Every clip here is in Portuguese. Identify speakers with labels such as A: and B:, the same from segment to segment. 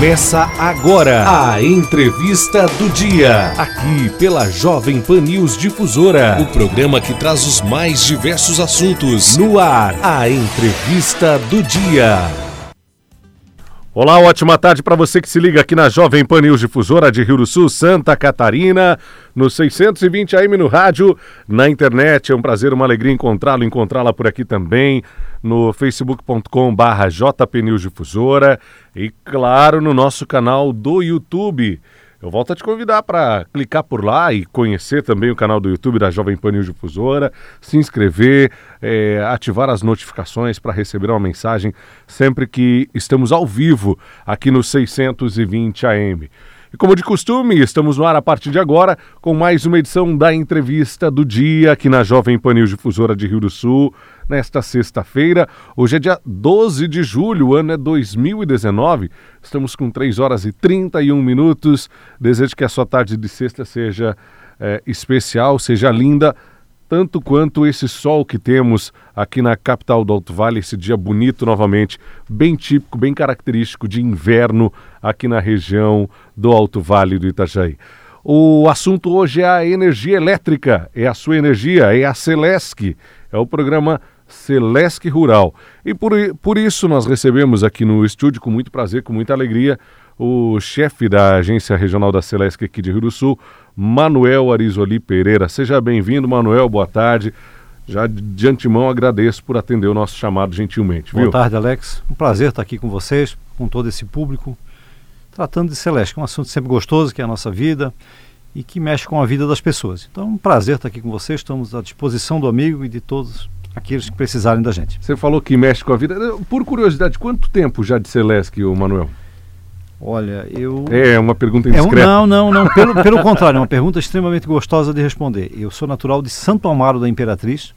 A: Começa agora a entrevista do dia, aqui pela Jovem Pan News Difusora, o programa que traz os mais diversos assuntos. No ar, a entrevista do dia. Olá, ótima tarde para você que se liga aqui na Jovem Pan News Difusora de Rio do Sul, Santa Catarina, no 620 AM no rádio, na internet. É um prazer, uma alegria encontrá-la por aqui também, no facebook.com/JP News Difusora e, claro, no nosso canal do YouTube. Eu volto a te convidar para clicar por lá e conhecer também o canal do YouTube da Jovem Pan News Difusora, se inscrever, ativar as notificações para receber uma mensagem sempre que estamos ao vivo aqui no 620 AM. E como de costume, estamos no ar a partir de agora com mais uma edição da entrevista do dia aqui na Jovem Pan News Difusora de Rio do Sul, nesta sexta-feira. Hoje é dia 12 de julho, o ano é 2019, estamos com 3 horas e 31 minutos. Desejo que a sua tarde de sexta seja especial, seja linda, tanto quanto esse sol que temos aqui na capital do Alto Vale, esse dia bonito novamente, bem típico, bem característico de inverno aqui na região do Alto Vale do Itajaí. O assunto hoje é a energia elétrica, é a sua energia, é a Celesc, é o programa Celesc Rural. E por isso nós recebemos aqui no estúdio, com muito prazer, com muita alegria, o chefe da Agência Regional da Celesc aqui de Rio do Sul, Manuel Arizoli Pereira. Seja bem-vindo, Manuel, boa tarde. Já de antemão agradeço por atender o nosso chamado gentilmente.
B: Boa tarde, Alex. Um prazer estar aqui com vocês, com todo esse público, tratando de Celesc, que é um assunto sempre gostoso, que é a nossa vida e que mexe com a vida das pessoas. Então, um prazer estar aqui com vocês, estamos à disposição do amigo e de todos aqueles que precisarem da gente.
A: Você falou que mexe com a vida. Por curiosidade, quanto tempo já de Celesc, Manuel?
B: Olha,
A: É uma pergunta indiscreta.
B: Não. Pelo contrário, é uma pergunta extremamente gostosa de responder. Eu sou natural de Santo Amaro da Imperatriz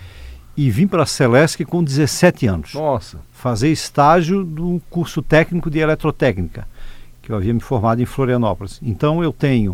B: e vim para a Celesc com 17 anos.
A: Nossa!
B: Fazer estágio do curso técnico de eletrotécnica, que eu havia me formado em Florianópolis. Então eu tenho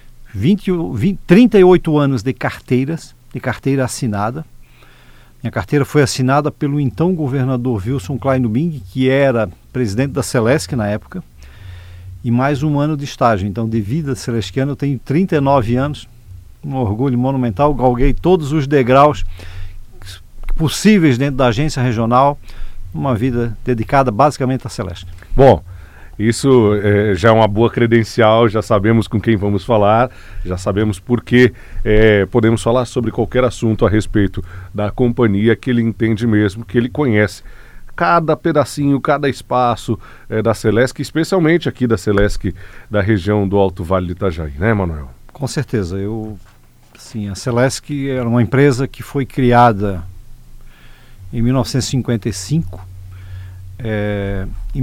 B: 38 anos de carteira assinada. Minha carteira foi assinada pelo então governador Wilson Kleinubing, que era presidente da Celesc na época, e mais um ano de estágio. Então, de vida celestiana, eu tenho 39 anos, um orgulho monumental, galguei todos os degraus possíveis dentro da agência regional, uma vida dedicada basicamente à Celesc.
A: Bom, isso já é uma boa credencial, já sabemos com quem vamos falar, já sabemos por que podemos falar sobre qualquer assunto a respeito da companhia que ele entende mesmo, que ele conhece cada pedacinho, cada espaço da Celesc, especialmente aqui da Celesc, da região do Alto Vale do Itajaí, né, Manuel?
B: Com certeza. A Celesc era uma empresa que foi criada em 1955. Em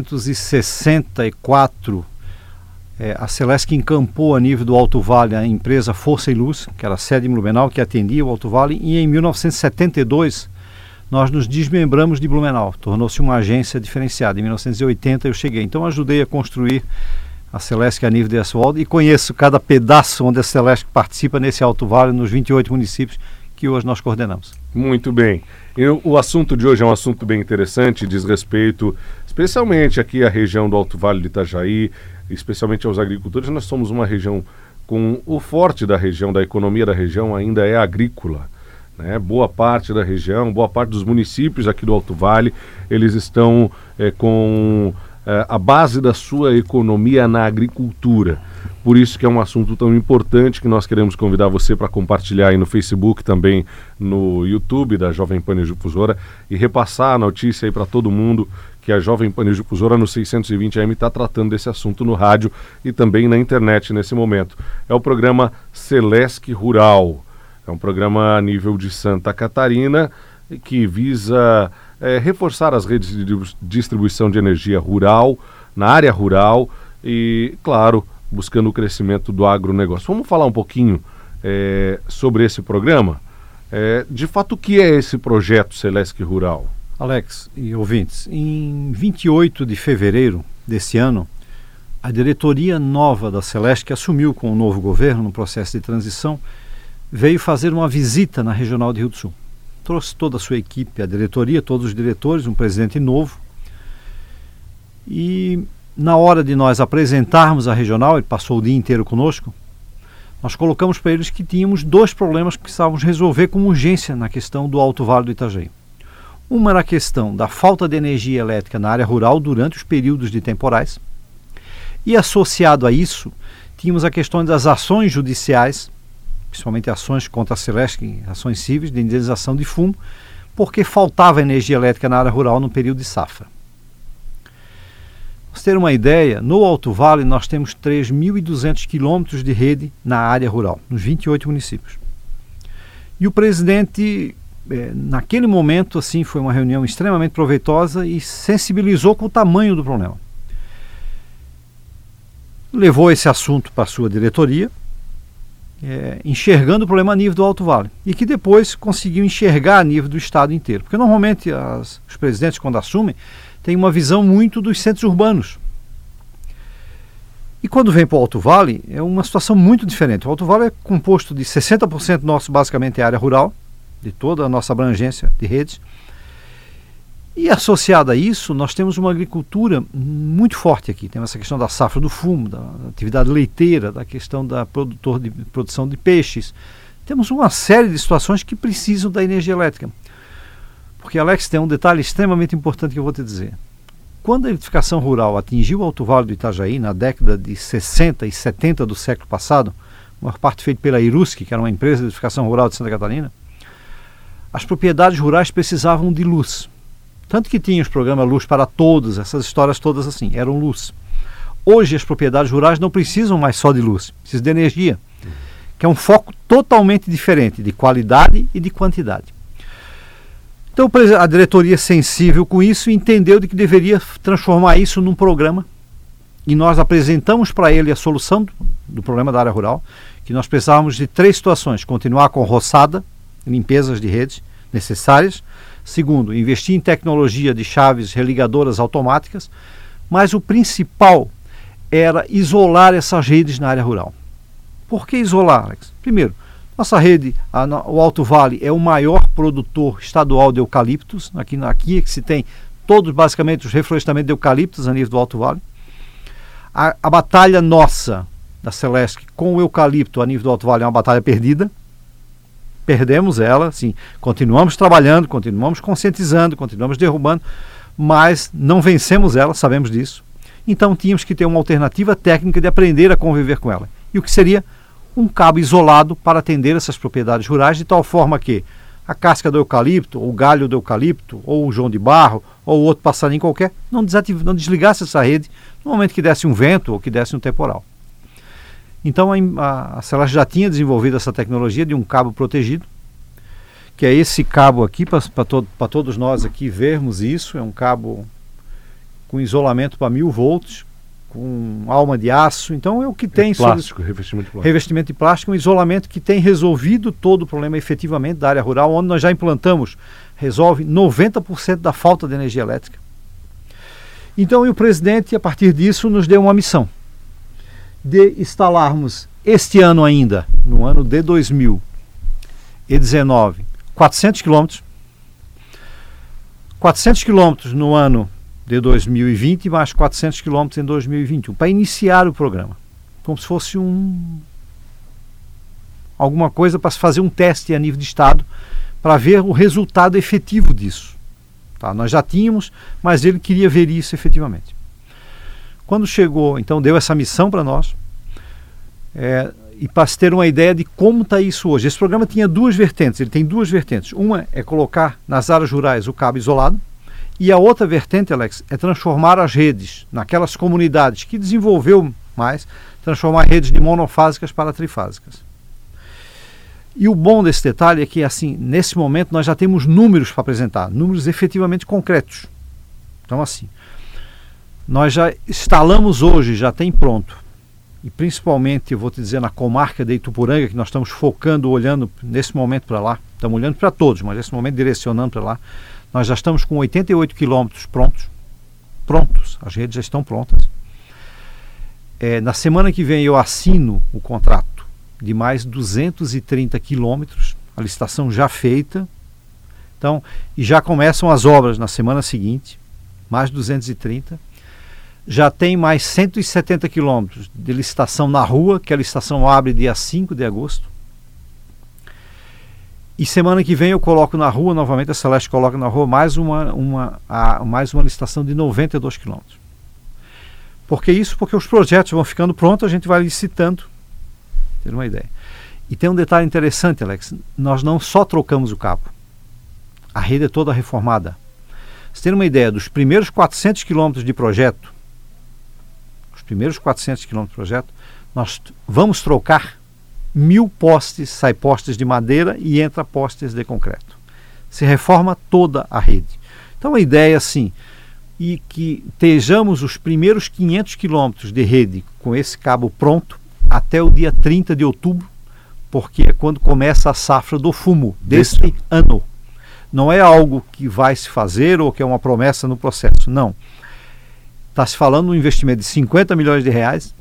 B: 1964, a Celesc encampou a nível do Alto Vale a empresa Força e Luz, que era a sede em Blumenau, que atendia o Alto Vale, e em 1972 nós nos desmembramos de Blumenau, tornou-se uma agência diferenciada. Em 1980 eu cheguei, então ajudei a construir a Celesc a nível de Aswald e conheço cada pedaço onde a Celesc participa nesse Alto Vale, nos 28 municípios que hoje nós coordenamos.
A: Muito bem. O assunto de hoje é um assunto bem interessante, diz respeito especialmente aqui à região do Alto Vale do Itajaí, especialmente aos agricultores. Nós somos uma região com o forte da região, da economia da região ainda é agrícola, né? Boa parte da região, boa parte dos municípios aqui do Alto Vale, eles estão com a base da sua economia na agricultura. Por isso que é um assunto tão importante que nós queremos convidar você para compartilhar aí no Facebook, também no YouTube da Jovem Pan News Difusora e repassar a notícia aí para todo mundo que a Jovem Pan News Difusora no 620 AM está tratando desse assunto no rádio e também na internet nesse momento. É o programa Celesc Rural. É um programa a nível de Santa Catarina que visa reforçar as redes de distribuição de energia rural, na área rural e, claro, buscando o crescimento do agronegócio. Vamos falar um pouquinho sobre esse programa? De fato, o que é esse projeto Celesc Rural?
B: Alex e ouvintes, em 28 de fevereiro desse ano, a diretoria nova da Celesc, que assumiu com o novo governo no processo de transição, veio fazer uma visita na Regional de Rio do Sul. Trouxe toda a sua equipe, a diretoria, todos os diretores, um presidente novo. E na hora de nós apresentarmos a regional, ele passou o dia inteiro conosco, nós colocamos para eles que tínhamos 2 problemas que precisávamos resolver com urgência na questão do Alto Vale do Itajaí. Uma era a questão da falta de energia elétrica na área rural durante os períodos de temporais, e associado a isso, tínhamos a questão das ações judiciais, principalmente ações contra a Celesc, ações cíveis de indenização de fumo, porque faltava energia elétrica na área rural no período de safra. Para você ter uma ideia, no Alto Vale nós temos 3.200 quilômetros de rede na área rural, nos 28 municípios. E o presidente, naquele momento, assim, foi uma reunião extremamente proveitosa e sensibilizou com o tamanho do problema. Levou esse assunto para a sua diretoria, enxergando o problema a nível do Alto Vale, e que depois conseguiu enxergar a nível do estado inteiro. Porque normalmente os presidentes, quando assumem, têm uma visão muito dos centros urbanos. E quando vem para o Alto Vale, é uma situação muito diferente. O Alto Vale é composto de 60% nosso, basicamente, é área rural, de toda a nossa abrangência de redes. E associado a isso, nós temos uma agricultura muito forte aqui. Temos essa questão da safra do fumo, da atividade leiteira, da questão da produção de peixes. Temos uma série de situações que precisam da energia elétrica. Porque, Alex, tem um detalhe extremamente importante que eu vou te dizer. Quando a eletrificação rural atingiu o Alto Vale do Itajaí, na década de 60 e 70 do século passado, uma parte feita pela Iruski, que era uma empresa de eletrificação rural de Santa Catarina, as propriedades rurais precisavam de luz. Tanto que tinha os programas Luz para Todos, essas histórias todas assim, eram luz. Hoje as propriedades rurais não precisam mais só de luz, precisam de energia, que é um foco totalmente diferente de qualidade e de quantidade. Então a diretoria, sensível com isso, entendeu de que deveria transformar isso num programa, e nós apresentamos para ele a solução do problema da área rural, que nós precisávamos de 3 situações: continuar com roçada, limpezas de redes necessárias; segundo, investir em tecnologia de chaves religadoras automáticas, mas o principal era isolar essas redes na área rural. Por que isolar, Alex? Primeiro, nossa rede, o Alto Vale, é o maior produtor estadual de eucaliptos. Aqui é que se tem todos, basicamente, os reflorestamentos de eucaliptos a nível do Alto Vale. A batalha nossa, da Celesc, com o eucalipto a nível do Alto Vale é uma batalha perdida. Perdemos ela, sim. Continuamos trabalhando, continuamos conscientizando, continuamos derrubando, mas não vencemos ela, sabemos disso. Então tínhamos que ter uma alternativa técnica de aprender a conviver com ela. E o que seria? Um cabo isolado para atender essas propriedades rurais, de tal forma que a casca do eucalipto, ou o galho do eucalipto, ou o joão de barro, ou outro passarinho qualquer, não desligasse essa rede no momento que desse um vento ou que desse um temporal. Então a Celesc já tinha desenvolvido essa tecnologia de um cabo protegido, que é esse cabo aqui, para todos nós aqui vermos isso. É um cabo com isolamento para 1000 volts, com alma de aço. Então é o que tem
C: plástico, revestimento
B: de plástico, um isolamento que tem resolvido todo o problema efetivamente da área rural, onde nós já implantamos, resolve 90% da falta de energia elétrica. Então o presidente, a partir disso, nos deu uma missão de instalarmos este ano ainda, no ano de 2019, 400 quilômetros, 400 quilômetros no ano de 2020 mais 400 quilômetros em 2021, para iniciar o programa, como se fosse alguma coisa para se fazer um teste a nível de estado, para ver o resultado efetivo disso. Tá? Nós já tínhamos, mas ele queria ver isso efetivamente. Quando chegou, então deu essa missão para nós, e para se ter uma ideia de como está isso hoje. Esse programa tinha 2 vertentes, ele tem 2 vertentes. Uma é colocar nas áreas rurais o cabo isolado, e a outra vertente, Alex, é transformar as redes naquelas comunidades que desenvolveu mais, transformar redes de monofásicas para trifásicas. E o bom desse detalhe é que, assim, nesse momento nós já temos números para apresentar, números efetivamente concretos. Então, assim, nós já instalamos hoje, já tem pronto, e principalmente, eu vou te dizer, na comarca de Ituporanga, que nós estamos focando, olhando nesse momento para lá, estamos olhando para todos, mas nesse momento direcionando para lá, nós já estamos com 88 quilômetros prontos, as redes já estão prontas. Na semana que vem eu assino o contrato de mais 230 quilômetros, a licitação já feita, então, e já começam as obras na semana seguinte, mais 230. Já tem mais 170 quilômetros de licitação na rua, que a licitação abre dia 5 de agosto. E semana que vem eu coloco na rua, novamente a Celesc coloca na rua mais uma licitação de 92 quilômetros. Por que isso? Porque os projetos vão ficando prontos, a gente vai licitando. Ter uma ideia. E tem um detalhe interessante, Alex. Nós não só trocamos o cabo. A rede é toda reformada. Você tem uma ideia, dos primeiros 400 quilômetros de projeto, nós vamos trocar 1000 postes, sai postes de madeira e entra postes de concreto. Se reforma toda a rede. Então a ideia é assim, e que estejamos os primeiros 500 quilômetros de rede com esse cabo pronto até o dia 30 de outubro, porque é quando começa a safra do fumo deste ano. Não é algo que vai se fazer ou que é uma promessa no processo, não. Está se falando de um investimento de 50 milhões de reais,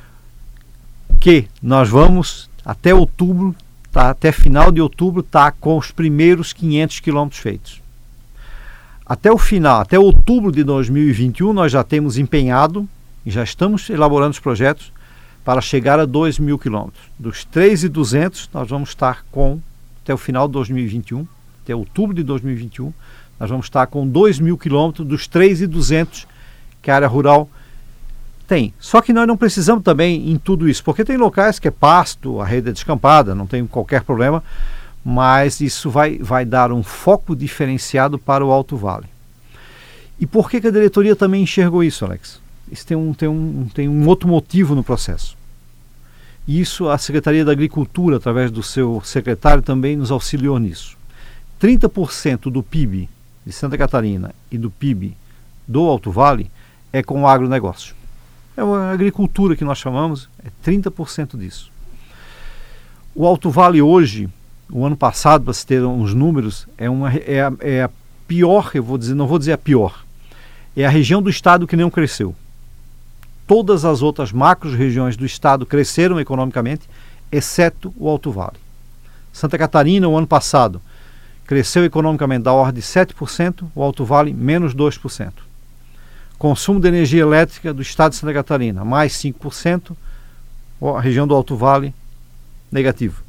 B: que nós vamos, até outubro, até final de outubro, com os primeiros 500 quilômetros feitos. Até o final, até outubro de 2021, nós já temos empenhado e já estamos elaborando os projetos para chegar a 2.000 quilômetros. Dos 3.200, nós vamos estar até o final de 2021, até outubro de 2021, nós vamos estar com 2.000 quilômetros dos 3.200 que a área rural tem. Só que nós não precisamos também em tudo isso, porque tem locais que é pasto, a rede é descampada, não tem qualquer problema, mas isso vai dar um foco diferenciado para o Alto Vale. E por que a diretoria também enxergou isso, Alex? Isso tem um outro motivo no processo. E isso a Secretaria da Agricultura, através do seu secretário, também nos auxiliou nisso. 30% do PIB de Santa Catarina e do PIB do Alto Vale é com o agronegócio. É a agricultura que nós chamamos, é 30% disso. O Alto Vale hoje, o ano passado, para se ter uns números, é a pior, não vou dizer a pior, é a região do estado que não cresceu. Todas as outras macro-regiões do estado cresceram economicamente, exceto o Alto Vale. Santa Catarina, o ano passado, cresceu economicamente da ordem de 7%, o Alto Vale menos 2%. Consumo de energia elétrica do estado de Santa Catarina, mais 5%, a região do Alto Vale, negativo.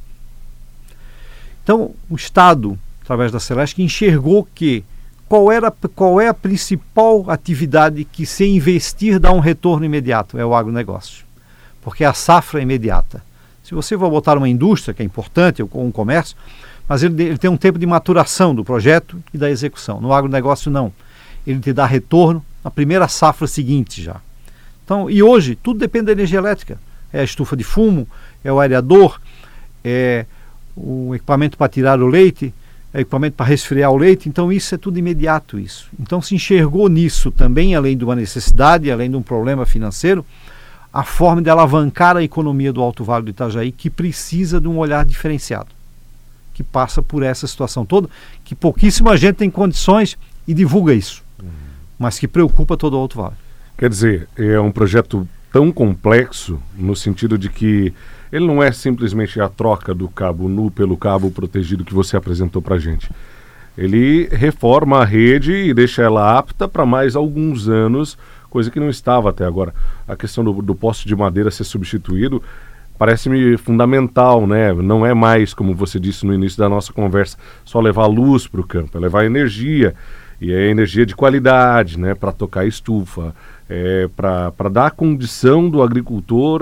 B: Então, o estado, através da Celesc, enxergou que qual é a principal atividade que, se investir, dá um retorno imediato? É o agronegócio. Porque a safra é imediata. Se você for botar uma indústria, que é importante, ou um comércio, mas ele tem um tempo de maturação do projeto e da execução. No agronegócio, não. Ele te dá retorno na primeira safra seguinte já. Então, e hoje, tudo depende da energia elétrica. É a estufa de fumo, é o aerador, é o equipamento para tirar o leite, é equipamento para resfriar o leite. Então isso é tudo imediato isso. Então se enxergou nisso também, além de uma necessidade, além de um problema financeiro, a forma de alavancar a economia do Alto Vale do Itajaí, que precisa de um olhar diferenciado, que passa por essa situação toda, que pouquíssima gente tem condições e divulga isso, mas que preocupa todo o Alto Vale.
C: Quer dizer, é um projeto tão complexo, no sentido de que ele não é simplesmente a troca do cabo nu pelo cabo protegido que você apresentou para a gente. Ele reforma a rede e deixa ela apta para mais alguns anos, coisa que não estava até agora. A questão do poste de madeira ser substituído parece-me fundamental, né? Não é mais, como você disse no início da nossa conversa, só levar luz para o campo, é levar energia, e é energia de qualidade, né? Para tocar estufa, para dar a condição do agricultor,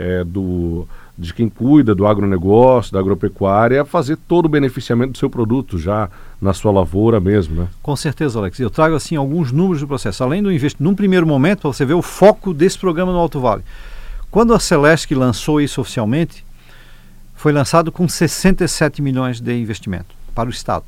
C: de quem cuida do agronegócio, da agropecuária, fazer todo o beneficiamento do seu produto já na sua lavoura mesmo, né?
B: Com certeza, Alex. Eu trago assim alguns números do processo. Além do investimento, num primeiro momento, para você ver o foco desse programa no Alto Vale. Quando a Celesc lançou isso oficialmente, foi lançado com 67 milhões de investimento para o Estado.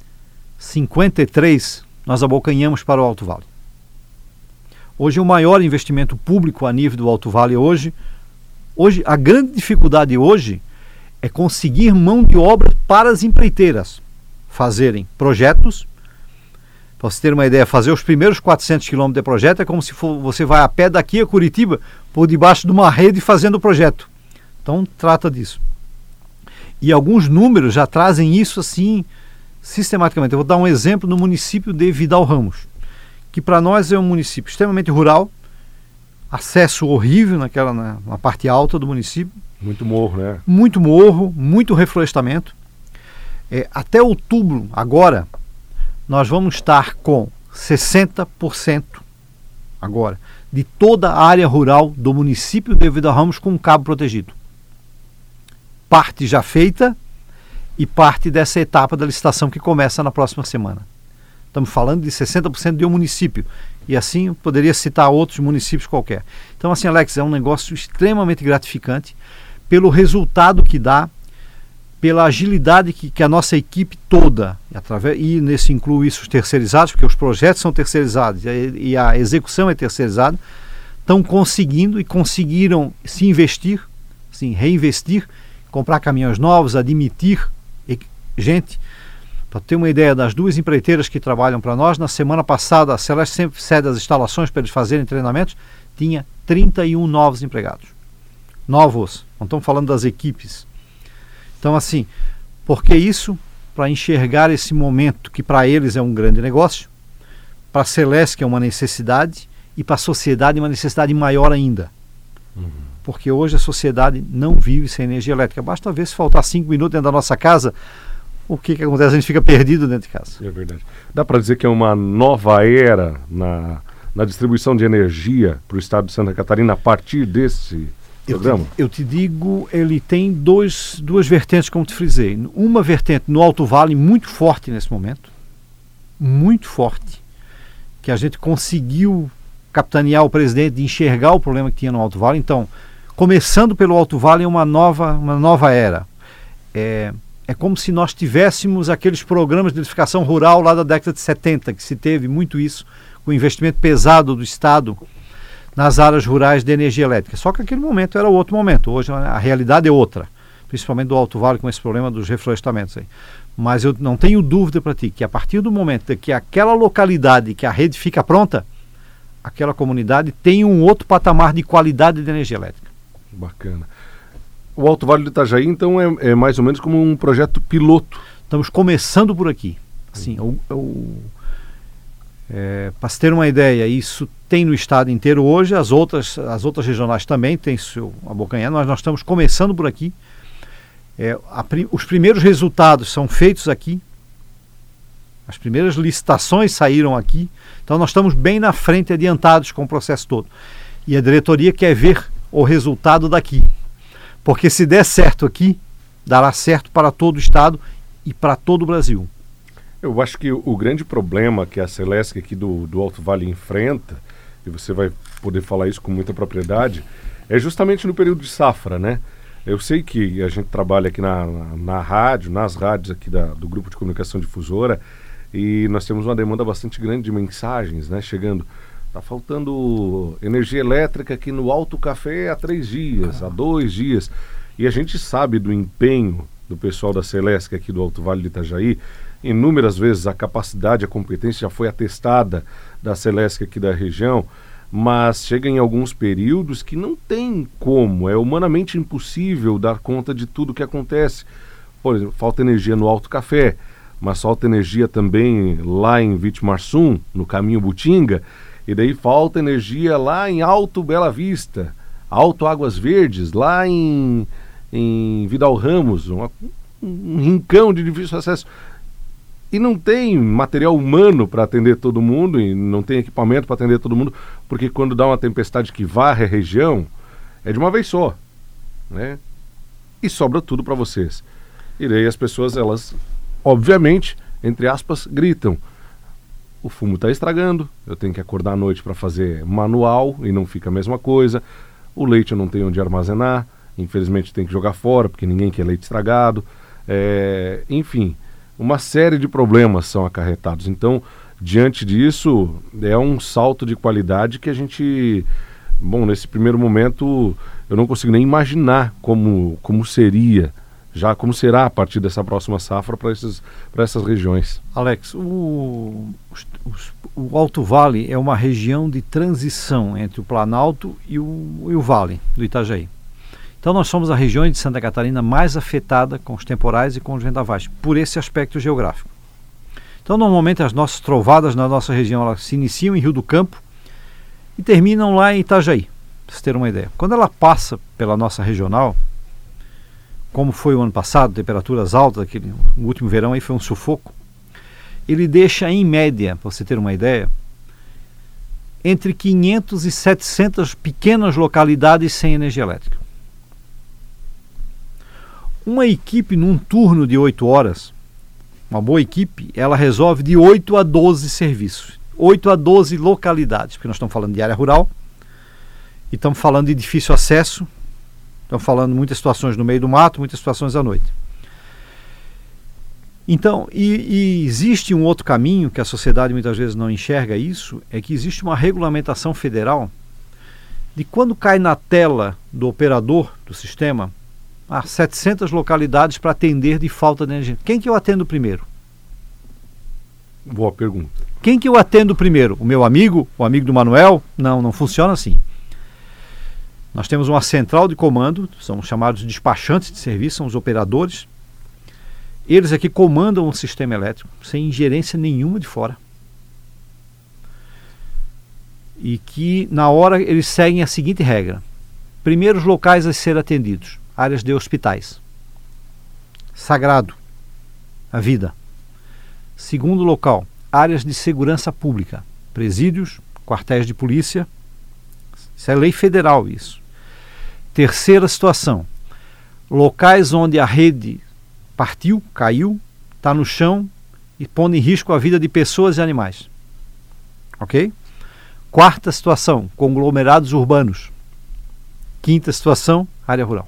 B: 53 nós abocanhamos para o Alto Vale. Hoje o maior investimento público a nível do Alto Vale hoje, a grande dificuldade hoje é conseguir mão de obra para as empreiteiras fazerem projetos. Para você ter uma ideia, fazer os primeiros 400 quilômetros de projeto é como se você vai a pé daqui a Curitiba, por debaixo de uma rede fazendo o projeto. Então trata disso. E alguns números já trazem isso assim sistematicamente. Eu vou dar um exemplo no município de Vidal Ramos, que para nós é um município extremamente rural, acesso horrível na parte alta do município.
C: Muito morro, né?
B: Muito morro, muito reflorestamento. Até outubro, agora, nós vamos estar com 60% agora de toda a área rural do município de Vida Ramos com um cabo protegido. Parte já feita e parte dessa etapa da licitação que começa na próxima semana. Estamos falando de 60% de um município. E assim eu poderia citar outros municípios qualquer. Então, assim, Alex, é um negócio extremamente gratificante pelo resultado que dá, pela agilidade que a nossa equipe toda, e nesse inclui isso os terceirizados, porque os projetos são terceirizados e a execução é terceirizada, estão conseguindo e conseguiram se investir, assim, reinvestir, comprar caminhões novos, admitir gente. Para ter uma ideia das 2 empreiteiras que trabalham para nós, na semana passada a Celeste sempre cede as instalações para eles fazerem treinamentos, tinha 31 novos empregados. Novos, não estamos falando das equipes. Então, assim, por que isso? Para enxergar esse momento que para eles é um grande negócio, para a Celeste que é uma necessidade e para a sociedade uma necessidade maior ainda. Porque hoje a sociedade não vive sem energia elétrica. Basta ver se faltar 5 minutos dentro da nossa casa, o que acontece? A gente fica perdido dentro de casa.
C: É verdade. Dá para dizer que é uma nova era na distribuição de energia para o estado de Santa Catarina a partir desse programa?
B: Eu te digo, ele tem duas vertentes, como te frisei. Uma vertente no Alto Vale, muito forte nesse momento, muito forte, que a gente conseguiu capitanear o presidente de enxergar o problema que tinha no Alto Vale. Então, começando pelo Alto Vale, é uma nova era. É como se nós tivéssemos aqueles programas de edificação rural lá da década de 70, que se teve muito isso, com o investimento pesado do Estado nas áreas rurais de energia elétrica. Só que aquele momento era outro momento. Hoje a realidade é outra, principalmente do Alto Vale com esse problema dos reflorestamentos aí. Mas eu não tenho dúvida para ti que a partir do momento que aquela localidade, que a rede fica pronta, aquela comunidade tem um outro patamar de qualidade de energia elétrica.
C: Bacana. O Alto Vale do Itajaí, então, é mais ou menos como um projeto piloto.
B: Estamos começando por aqui. Assim, para se ter uma ideia, isso tem no estado inteiro hoje, as outras regionais também têm seu abocanhado, mas nós estamos começando por aqui. Os primeiros resultados são feitos aqui, as primeiras licitações saíram aqui, então nós estamos bem na frente, adiantados com o processo todo. E a diretoria quer ver o resultado daqui. Porque se der certo aqui, dará certo para todo o estado e para todo o Brasil.
C: Eu acho que o grande problema que a Celesc aqui do Alto Vale enfrenta, e você vai poder falar isso com muita propriedade, é justamente no período de safra, né? Eu sei que a gente trabalha aqui na rádio, nas rádios aqui do Grupo de Comunicação Difusora, e nós temos uma demanda bastante grande de mensagens, né? Chegando... Está faltando energia elétrica aqui no Alto Café há 3 dias, há 2 dias. E a gente sabe do empenho do pessoal da Celesc aqui do Alto Vale do Itajaí. Inúmeras vezes a capacidade, a competência já foi atestada da Celesc aqui da região, mas chega em alguns períodos que não tem como, é humanamente impossível dar conta de tudo que acontece. Por exemplo, falta energia no Alto Café, mas falta energia também lá em Vitimarsum, no Caminho Butinga. E daí falta energia lá em Alto Bela Vista, Alto Águas Verdes, lá em Vidal Ramos, um rincão de difícil acesso. E não tem material humano para atender todo mundo, e não tem equipamento para atender todo mundo, porque quando dá uma tempestade que varre a região, é de uma vez só, né? E sobra tudo para vocês. E daí as pessoas, elas, obviamente, entre aspas, gritam: o fumo está estragando, eu tenho que acordar à noite para fazer manual e não fica a mesma coisa. O leite eu não tenho onde armazenar, infelizmente tem que jogar fora porque ninguém quer leite estragado. Enfim, uma série de problemas são acarretados. Então, diante disso, é um salto de qualidade que a gente... Bom, nesse primeiro momento eu não consigo nem imaginar como seria, já como será a partir dessa próxima safra para essas regiões.
B: Alex, o Alto Vale é uma região de transição entre o Planalto e o Vale do Itajaí. Então nós somos a região de Santa Catarina mais afetada com os temporais e com os vendavais, por esse aspecto geográfico. Então normalmente as nossas trovadas na nossa região elas se iniciam em Rio do Campo e terminam lá em Itajaí. para você ter uma ideia. Quando ela passa pela nossa regional, como foi o ano passado, temperaturas altas, o último verão aí foi um sufoco, ele deixa em média, para você ter uma ideia, entre 500 e 700 pequenas localidades sem energia elétrica. Uma equipe num turno de 8 horas, uma boa equipe, ela resolve de 8 a 12 serviços, 8 a 12 localidades, porque nós estamos falando de área rural, e estamos falando de difícil acesso, estamos falando de muitas situações no meio do mato, muitas situações à noite. Então, e existe um outro caminho que a sociedade muitas vezes não enxerga isso, é que existe uma regulamentação federal de quando cai na tela do operador do sistema, há 700 localidades para atender de falta de energia. Quem que eu atendo primeiro?
C: Boa pergunta.
B: Quem que eu atendo primeiro? O meu amigo? O amigo do Manuel? Não, não funciona assim. Nós temos uma central de comando, são chamados despachantes de serviço, são os operadores. Eles aqui comandam o sistema elétrico, sem ingerência nenhuma de fora. E que, na hora, eles seguem a seguinte regra. Primeiros locais a ser atendidos, áreas de hospitais. Sagrado, a vida. Segundo local, áreas de segurança pública, presídios, quartéis de polícia. Isso é lei federal, isso. Terceira situação, locais onde a rede partiu, caiu, está no chão e pondo em risco a vida de pessoas e animais. Ok? Quarta situação, conglomerados urbanos. Quinta situação, área rural.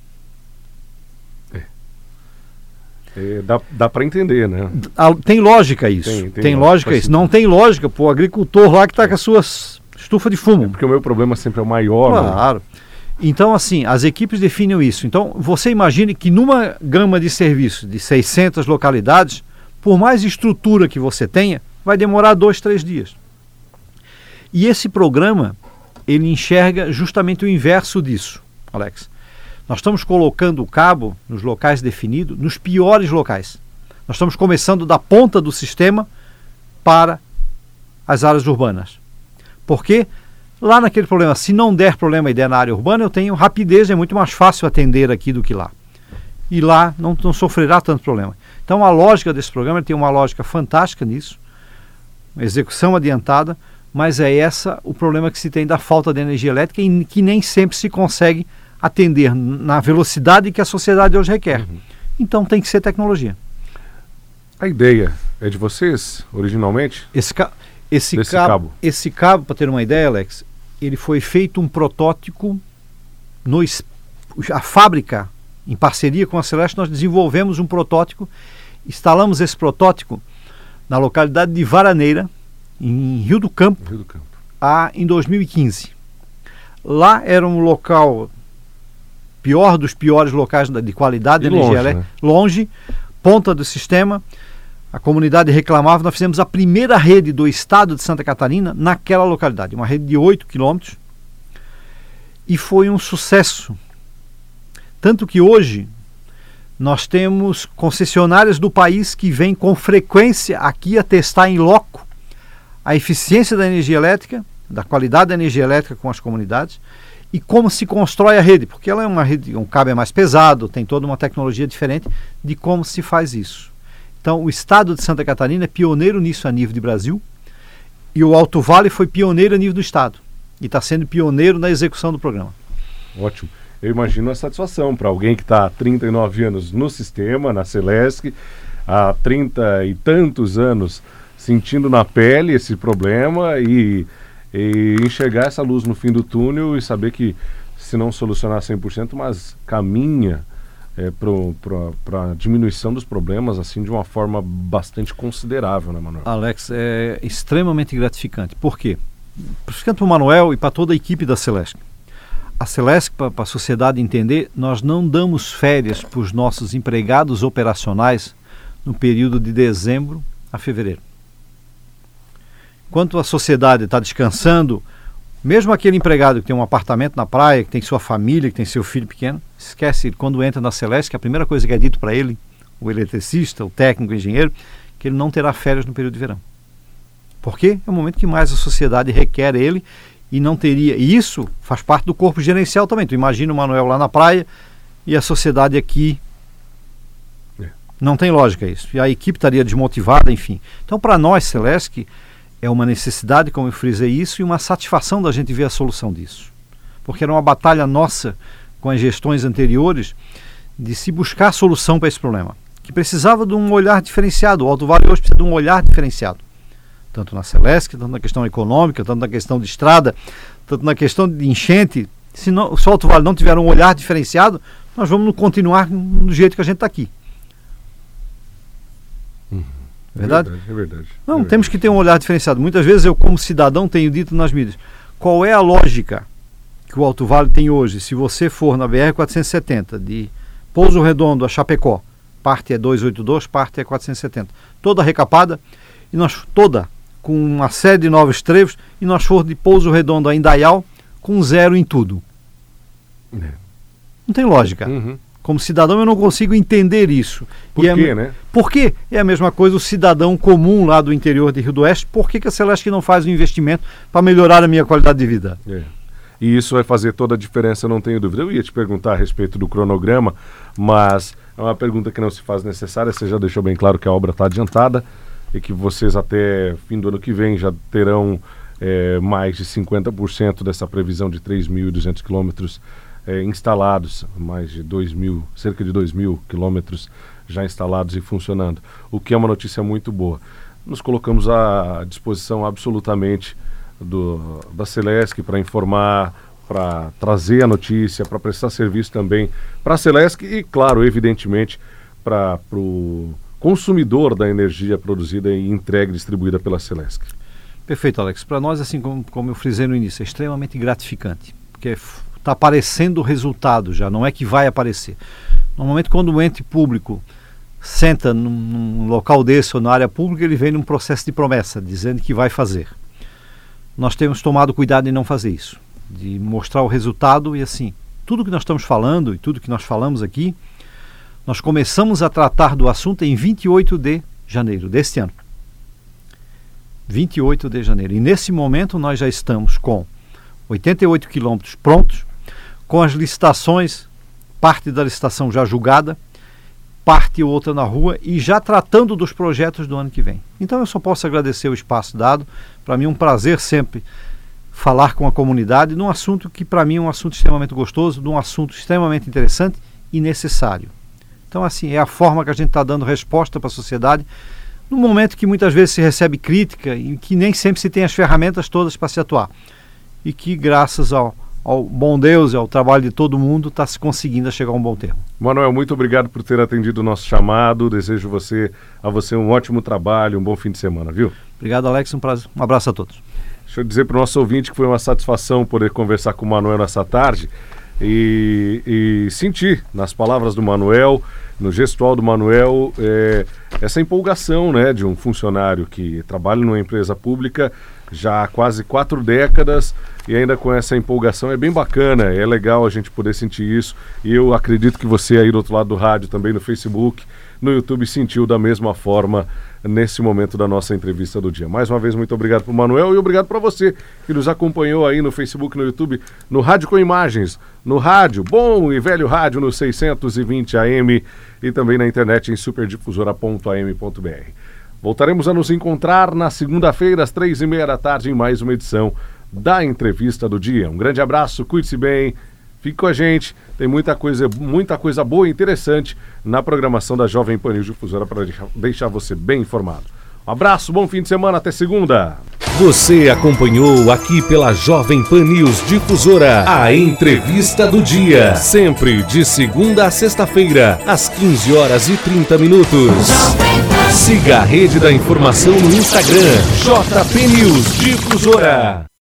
C: Dá para entender, né?
B: Tem lógica isso. Tem lógica isso. Não tem lógica para o agricultor lá que está com as suas estufas de fumo.
C: Porque o meu problema sempre é o maior.
B: Claro. Né? Então, assim, as equipes definem isso. Então, você imagine que numa gama de serviços de 600 localidades, por mais estrutura que você tenha, vai demorar 2, 3 dias. E esse programa, ele enxerga justamente o inverso disso, Alex. Nós estamos colocando o cabo nos locais definidos, nos piores locais. Nós estamos começando da ponta do sistema para as áreas urbanas. Por quê? Lá naquele problema, se não der problema e der na área urbana, eu tenho rapidez, é muito mais fácil atender aqui do que lá. E lá não sofrerá tanto problema. Então a lógica desse programa tem uma lógica fantástica nisso, uma execução adiantada, mas é essa o problema que se tem da falta de energia elétrica e que nem sempre se consegue atender na velocidade que a sociedade hoje requer. Então tem que ser tecnologia.
C: A ideia é de vocês, originalmente?
B: Esse cabo, para ter uma ideia, Alex, ele foi feito um protótipo, a fábrica, em parceria com a Celesc, nós desenvolvemos um protótipo, instalamos esse protótipo na localidade de Varaneira, em Rio do Campo, em 2015. Lá era um local, pior dos piores locais de qualidade de energia elétrica, longe, ponta do sistema. A comunidade reclamava, nós fizemos a primeira rede do estado de Santa Catarina naquela localidade, uma rede de 8 quilômetros, e foi um sucesso. Tanto que hoje nós temos concessionárias do país que vêm com frequência aqui a testar em loco a eficiência da energia elétrica, da qualidade da energia elétrica com as comunidades e como se constrói a rede, porque ela é uma rede, um cabo é mais pesado, tem toda uma tecnologia diferente de como se faz isso. Então, o estado de Santa Catarina é pioneiro nisso a nível de Brasil e o Alto Vale foi pioneiro a nível do estado e está sendo pioneiro na execução do programa.
C: Ótimo. Eu imagino a satisfação para alguém que está há 39 anos no sistema, na Celesc, há 30 e tantos anos sentindo na pele esse problema e enxergar essa luz no fim do túnel e saber que, se não solucionar 100%, mas caminha para a diminuição dos problemas assim de uma forma bastante considerável, né, Manuel?
B: Alex, é extremamente gratificante. Por quê? Principalmente para o Manuel e para toda a equipe da Celesc. A Celesc, para a sociedade entender, nós não damos férias para os nossos empregados operacionais no período de dezembro a fevereiro. Enquanto a sociedade está descansando, mesmo aquele empregado que tem um apartamento na praia, que tem sua família, que tem seu filho pequeno, esquece, quando entra na Celesc, a primeira coisa que é dito para ele, o eletricista, o técnico, o engenheiro, que ele não terá férias no período de verão. Por quê? É o momento que mais a sociedade requer ele e não teria... E isso faz parte do corpo gerencial também. Tu imagina o Manuel lá na praia e a sociedade aqui. Não tem lógica isso. E a equipe estaria desmotivada, enfim. Então, para nós, Celesc, é uma necessidade, como eu frisei isso, e uma satisfação da gente ver a solução disso. Porque era uma batalha nossa com as gestões anteriores de se buscar a solução para esse problema, que precisava de um olhar diferenciado. O Alto Vale hoje precisa de um olhar diferenciado, tanto na Celesc, tanto na questão econômica, tanto na questão de estrada, tanto na questão de enchente. Se o Alto Vale não tiver um olhar diferenciado, nós vamos continuar do jeito que a gente está aqui. Verdade?
C: É verdade.
B: Não, temos que ter um olhar diferenciado. Muitas vezes eu, como cidadão, tenho dito nas mídias, qual é a lógica que o Alto Vale tem hoje? Se você for na BR-470, de Pouso Redondo a Chapecó, parte é 282, parte é 470, toda recapada, e toda com uma série de novos trevos, e nós for de Pouso Redondo a Indaial, com 0 em tudo. Não tem lógica. Como cidadão eu não consigo entender isso.
C: Por quê, né?
B: Por quê? É a mesma coisa o cidadão comum lá do interior de Rio do Oeste. Por que a Celesc não faz um investimento para melhorar a minha qualidade de vida?
C: E isso vai fazer toda a diferença, não tenho dúvida. Eu ia te perguntar a respeito do cronograma, mas é uma pergunta que não se faz necessária. Você já deixou bem claro que a obra está adiantada e que vocês até fim do ano que vem já terão mais de 50% dessa previsão de 3.200 quilômetros instalados, mais de cerca de 2.000 quilômetros já instalados e funcionando, o que é uma notícia muito boa. Nos colocamos à disposição absolutamente da Celesc para informar, para trazer a notícia, para prestar serviço também para a Celesc e, claro, evidentemente, para o consumidor da energia produzida e entregue e distribuída pela Celesc.
B: Perfeito, Alex. Para nós, assim como eu frisei no início, é extremamente gratificante, porque está aparecendo o resultado já, não é que vai aparecer. Normalmente, quando o ente público senta num local desse ou na área pública, ele vem num processo de promessa, dizendo que vai fazer. Nós temos tomado cuidado em não fazer isso, de mostrar o resultado e assim, tudo que nós estamos falando e tudo que nós falamos aqui, nós começamos a tratar do assunto em 28 de janeiro deste ano. 28 de janeiro. E nesse momento nós já estamos com 88 quilômetros prontos, com as licitações, parte da licitação já julgada, parte outra na rua e já tratando dos projetos do ano que vem. Então eu só posso agradecer o espaço dado. Para mim é um prazer sempre falar com a comunidade num assunto que para mim é um assunto extremamente gostoso, num assunto extremamente interessante e necessário. Então assim, é a forma que a gente está dando resposta para a sociedade num momento que muitas vezes se recebe crítica e que nem sempre se tem as ferramentas todas para se atuar. E que graças ao bom Deus e ao trabalho de todo mundo está se conseguindo chegar a um bom termo.
C: Manuel, muito obrigado por ter atendido o nosso chamado. Desejo a você um ótimo trabalho, um bom fim de semana, viu?
B: Obrigado, Alex. Um prazer. Um abraço a todos.
C: Deixa eu dizer para o nosso ouvinte que foi uma satisfação poder conversar com o Manuel nessa tarde e sentir nas palavras do Manuel, no gestual do Manuel, essa empolgação, né, de um funcionário que trabalha numa empresa pública já há quase 4 décadas e ainda com essa empolgação. É bem bacana, é legal a gente poder sentir isso e eu acredito que você aí do outro lado do rádio, também no Facebook, no YouTube, sentiu da mesma forma nesse momento da nossa entrevista do dia. Mais uma vez, muito obrigado para o Manuel e obrigado para você que nos acompanhou aí no Facebook, no YouTube, no Rádio com Imagens, no rádio, bom e velho rádio no 620 AM e também na internet em superdifusora.am.br. Voltaremos a nos encontrar na segunda-feira, às 3h30 da tarde, em mais uma edição da Entrevista do Dia. Um grande abraço, cuide-se bem, fique com a gente. Tem muita coisa boa e interessante na programação da Jovem Pan News Difusora para deixar você bem informado. Um abraço, bom fim de semana, até segunda.
A: Você acompanhou aqui pela Jovem Pan News Difusora a Entrevista do Dia. Sempre de segunda a sexta-feira, às 15h30. Siga a Rede da Informação no Instagram, JP News Difusora.